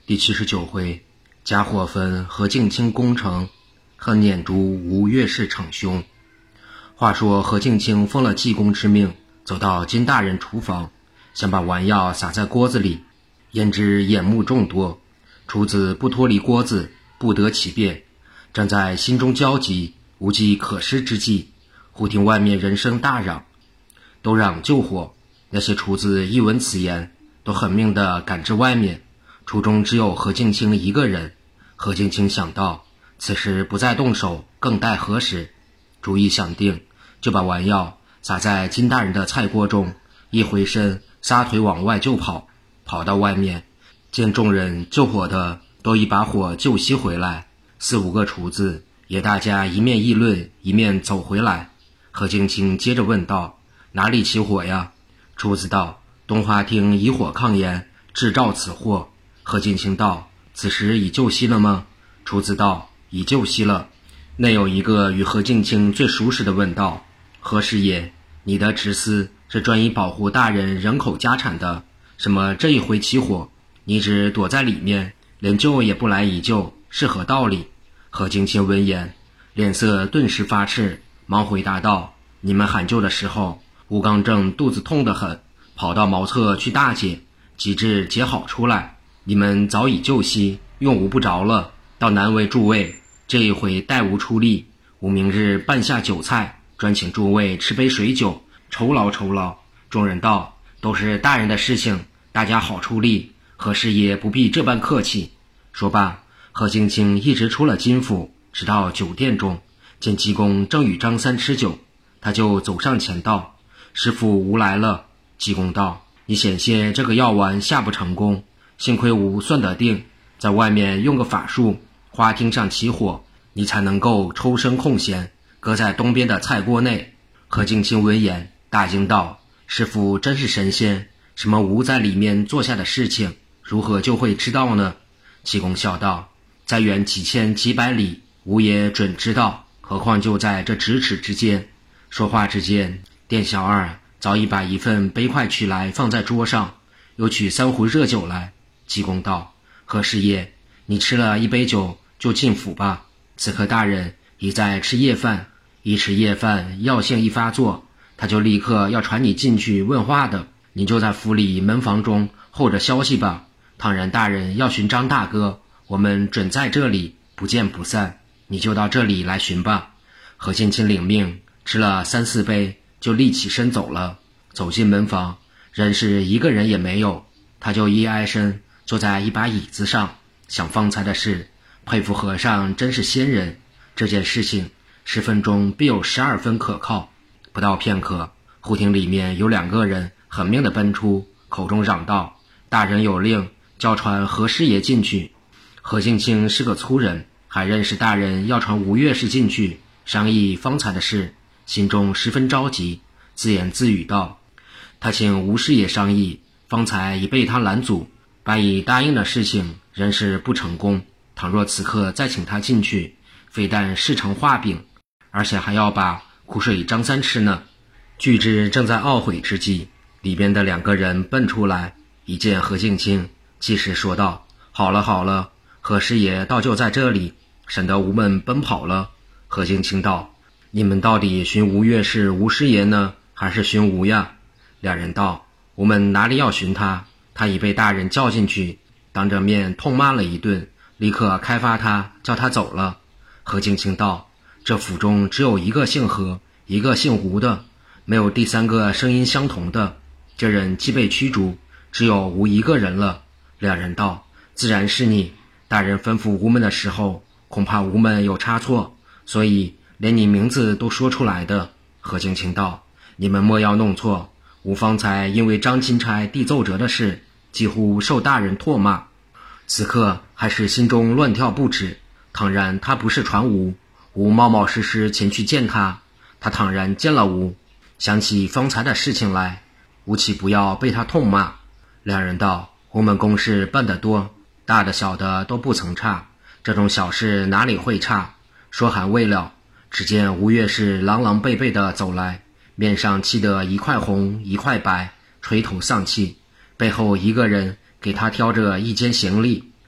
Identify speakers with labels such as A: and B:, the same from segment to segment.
A: 第79回，假火焚何敬清攻城，恨念珠吴越氏逞凶。话说何敬清奉了济公之命，走到金大人厨房，想把丸药撒在锅子里，焉知眼目众多，厨子不脱离锅子，不得其便，正在心中焦急，无计可施之际，忽听外面人声大嚷，都嚷救火。那些厨子一闻此言，都狠命地赶至外面，厨中只有何敬清一个人。何敬清想到此时不再动手，更待何时？主意想定，就把丸药撒在金大人的菜锅中，一回身撒腿往外就跑。跑到外面，见众人救火的都一把火救熄回来，4、5个厨子也大家一面议论，一面走回来。何敬清接着问道：哪里起火呀？厨子道：东华厅以火抗炎，制造此祸。何敬清道：此时已救熄了吗？厨子道：已救熄了。内有一个与何敬清最熟识的问道：何师爷，你的职司是专以保护大人人口家产的，什么这一回起火，你只躲在里面，连救也不来一救，是何道理？何敬清闻言，脸色顿时发赤，忙回答道：你们喊救的时候，吴刚正肚子痛得很，跑到茅厕去大解，及至解好出来，你们早已救熄，用无不着了，倒难为诸位，这一回待无出力，吾明日办下酒菜，专请诸位吃杯水酒，酬劳酬劳。众人道：都是大人的事情，大家好出力，何师爷不必这般客气。说罢，何敬清一直出了金府，直到酒店中，见济公正与张三吃酒，他就走上前道：师父吾来了。济公道：你险些这个药丸下不成功，幸亏吾算得定，在外面用个法术，花厅上起火，你才能够抽身空闲，搁在东边的菜锅内。何敬清闻言大惊道：师父真是神仙，什么吾在里面做下的事情，如何就会知道呢？济公笑道：在远几千几百里，吾也准知道，何况就在这咫尺之间。说话之间，店小二早已把一份杯筷取来放在桌上，又取3壶热酒来。济公道：何师爷，你吃了一杯酒就进府吧，此刻大人已在吃夜饭，一吃夜饭药性一发作，他就立刻要传你进去问话的，你就在府里门房中候着消息吧。倘然大人要寻张大哥，我们准在这里不见不散，你就到这里来寻吧。何敬清领命，吃了3、4杯就立起身走了。走进门房，人是一个人也没有，他就一挨身坐在一把椅子上，想方才的事，佩服和尚真是仙人，这件事情10分钟必有12分可靠。不到片刻，忽听里面有2个人狠命地奔出，口中嚷道：大人有令，叫传何师爷进去。何敬清是个粗人，还认识大人要传吴越氏进去商议方才的事，心中十分着急，自言自语道：他请吴师爷商议，方才已被他拦阻，本已答应的事情仍是不成功，倘若此刻再请他进去，非但事成画饼，而且还要把苦水张三吃呢。俱之正在懊悔之际，里边的2个人奔出来，一见何敬清，即时说道：好了好了，何师爷倒就在这里，省得吾们奔跑了。何敬清道：你们到底寻吴越氏吴师爷呢，还是寻吴呀？2人道：我们哪里要寻他，他已被大人叫进去，当着面痛骂了一顿，立刻开发他，叫他走了。何敬清道：这府中只有一个姓何，一个姓吴的，没有第3个声音相同的，这人既被驱逐，只有吴一个人了。2人道：自然是你，大人吩咐吾们的时候，恐怕吾们有差错，所以连你名字都说出来的。何敬清道：你们莫要弄错，吾方才因为张钦差递奏折的事，几乎受大人唾骂，此刻还是心中乱跳不止。倘然他不是传吾冒冒失失前去见他，他倘然见了吾，想起方才的事情来，吾岂不要被他痛骂？2人道：吾们公事办得多，大的小的都不曾差，这种小事哪里会差？说还未了，只见吴越氏狼狼狈狈地走来，面上气得一块红一块白，垂头丧气，背后一个人给他挑着一间行李，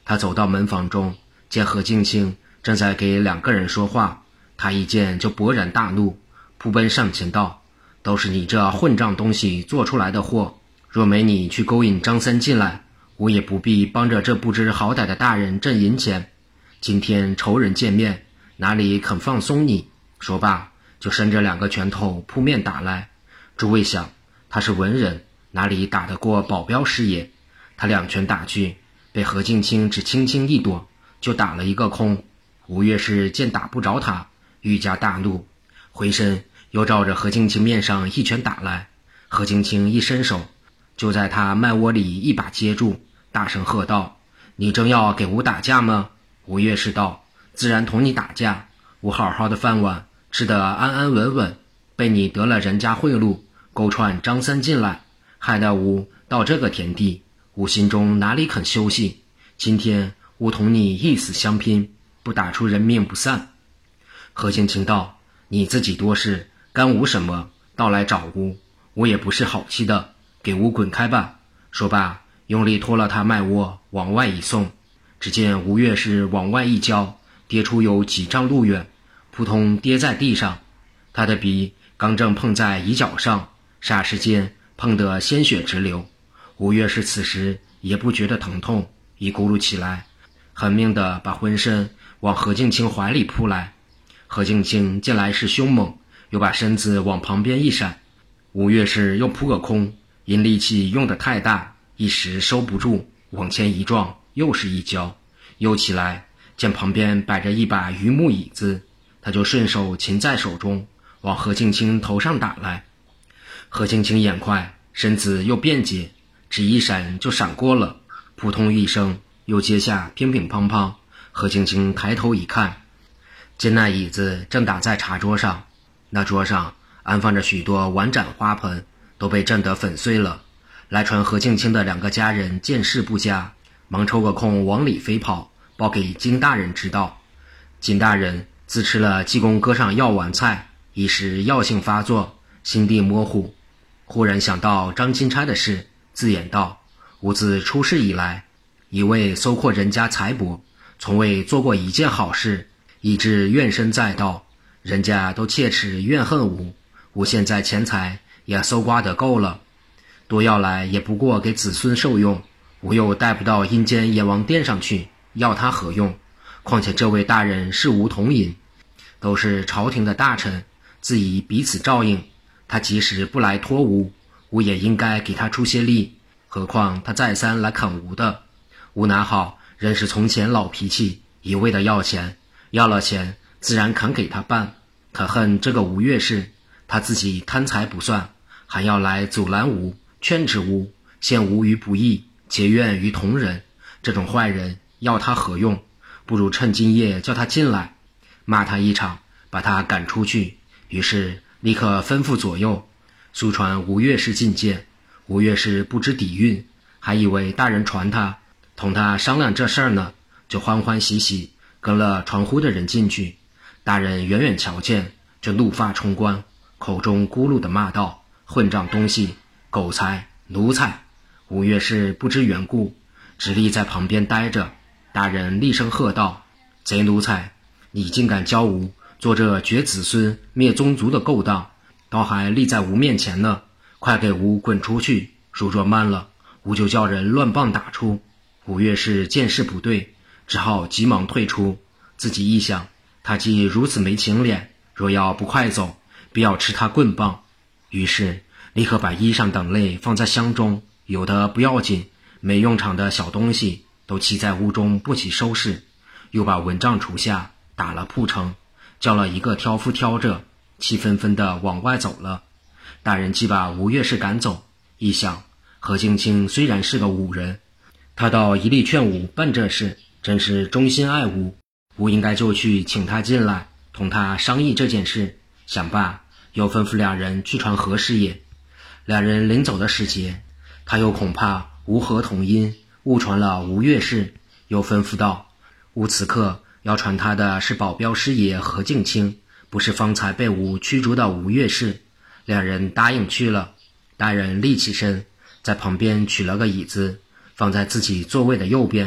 A: 他走到门房中，见何敬清正在给2个人说话，他一见就勃然大怒，扑奔上前道：都是你这混账东西做出来的祸，若没你去勾引张三进来，我也不必帮着这不知好歹的大人挣银钱。今天仇人见面，哪里肯放松你？说罢就伸着2个拳头扑面打来。诸位想，他是文人，哪里打得过保镖师爷？他2拳打去，被何敬清只轻轻一躲，就打了一个空。吴越士见打不着他，愈加大怒，回身又照着何敬清面上一拳打来。何敬清一伸手，就在他脉窝里一把接住，大声喝道：你正要给吾打架吗？吴越士道：自然同你打架，吾好好的饭碗吃得安安稳稳，被你得了人家贿赂，勾串张三进来，害得吾到这个田地，吾心中哪里肯休息？今天吾同你一死相拼，不打出人命不散。何敬清道：你自己多事，干吾什么？倒来找吾，我也不是好气的，给吾滚开吧。说罢用力拖了他脉窝往外一送，只见吴越士往外一交，跌出有几丈路远，扑通跌在地上。他的鼻刚正碰在椅角上，霎时间碰得鲜血直流。吴越士此时也不觉得疼痛，一咕噜起来，狠命地把浑身往何敬清怀里扑来。何敬清见来势凶猛，又把身子往旁边一闪，吴越士又扑个空，因力气用得太大，一时收不住，往前一撞，又是一跤，又起来，见旁边摆着一把榆木椅子，他就顺手擒在手中，往何敬清头上打来。何敬清眼快，身子又便捷，只一闪就闪过了，扑通一声，又接下乒乒乓乓。何敬清抬头一看，见那椅子正打在茶桌上，那桌上安放着许多碗盏花盆，都被震得粉碎了。来传何敬清的2个家人见势不佳，忙抽个空往里飞跑，报给金大人知道。金大人自吃了济公搁上药丸菜，一时药性发作，心地模糊，忽然想到张钦差的事，自言道：吾自出世以来，一味搜括人家财帛，从未做过一件好事，以致怨声载道，人家都切齿怨恨吾。吾现在钱财也搜刮得够了，多要来也不过给子孙受用，吾又带不到阴间阎王殿上去，要他何用？况且这位大人是吾同饮，都是朝廷的大臣，自以彼此照应，他即使不来托吾，吾也应该给他出些力，何况他再三来啃吾的。吾哪好仍是从前老脾气，一味的要钱，要了钱自然肯给他办。可恨这个吴越士，他自己贪财不算，还要来阻拦吾，劝止吾，陷吾于不义，结怨于同人。这种坏人要他何用？不如趁今夜叫他进来，骂他一场，把他赶出去。于是立刻吩咐左右，速传吴越士觐见。吴越士不知底蕴，还以为大人传他，同他商量这事儿呢，就欢欢喜喜跟了传呼的人进去。大人远远瞧见，就怒发冲冠，口中咕噜地骂道：混账东西，狗才，奴才！吴越士不知缘故，直立在旁边呆着。大人厉声喝道：贼奴才，你竟敢教吾做这绝子孙灭宗族的勾当，倒还立在吾面前呢！快给吾滚出去，如若慢了，吾就叫人乱棒打出。吴越士见势不对，只好急忙退出。自己一想，他既如此没情脸，若要不快走，必要吃他棍棒。于是立刻把衣裳等类放在箱中，有的不要紧，没用场的小东西都弃在屋中不起收拾，又把蚊帐除下，打了铺成，叫了一个挑夫挑着，气纷纷地往外走了。大人既把吴越士赶走，一想何敬清虽然是个武人，他倒一力劝吾办这事，真是忠心爱吾，吾应该就去请他进来，同他商议这件事。想罢，又吩咐2人去传何师爷。2人临走的时节，他又恐怕吾何同音，误传了吴越士，又吩咐道：吾此刻要传他的是保镖师爷何敬清，不是方才被吾驱逐的吴越士。2人答应去了。大人立起身，在旁边取了个椅子，放在自己座位的右边，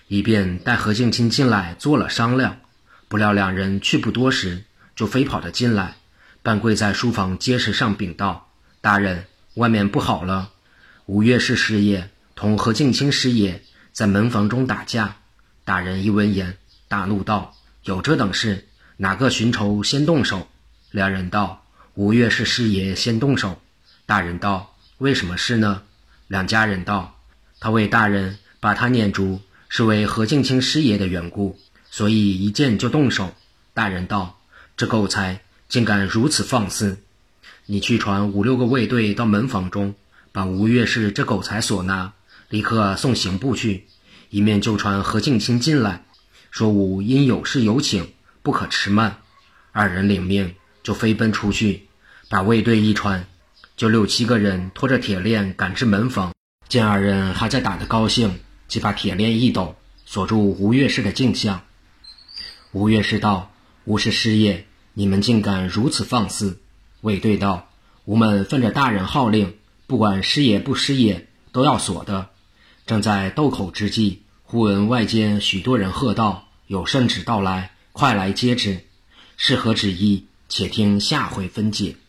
A: 以便待何敬卿进来做了商量。不料两人去不多时，就飞跑着进来，半跪在书房阶石上禀道：大人，外面不好了，吴越氏师爷同何敬卿师爷在门房中打架。大人一闻言，大怒道：有这等事，哪个寻仇先动手？两人道：吴越氏师爷先动手。大人道：为什么事呢？两家人道：他为大人把他撵住，是为何敬卿师爷的缘故，所以一见就动手。大人道：这狗才竟敢如此放肆！你去传5、6个卫队到门房中，把吴越氏这狗才所拿，立刻送刑部去，一面就传何敬卿进来，说吾因有事有请，不可迟慢。二人领命，就飞奔出去，把卫队一传，就6、7个人拖着铁链赶至门房，见二人还在打得高兴，即把铁链一抖，锁住吴越氏的颈项。吴越氏道：吴氏师爷，你们竟敢如此放肆！卫队道：吾们奉着大人号令，不管师爷不师爷，都要锁的。正在斗口之际，忽闻外间许多人喝道：有圣旨到来，快来接之！是何旨意？且听下回分解。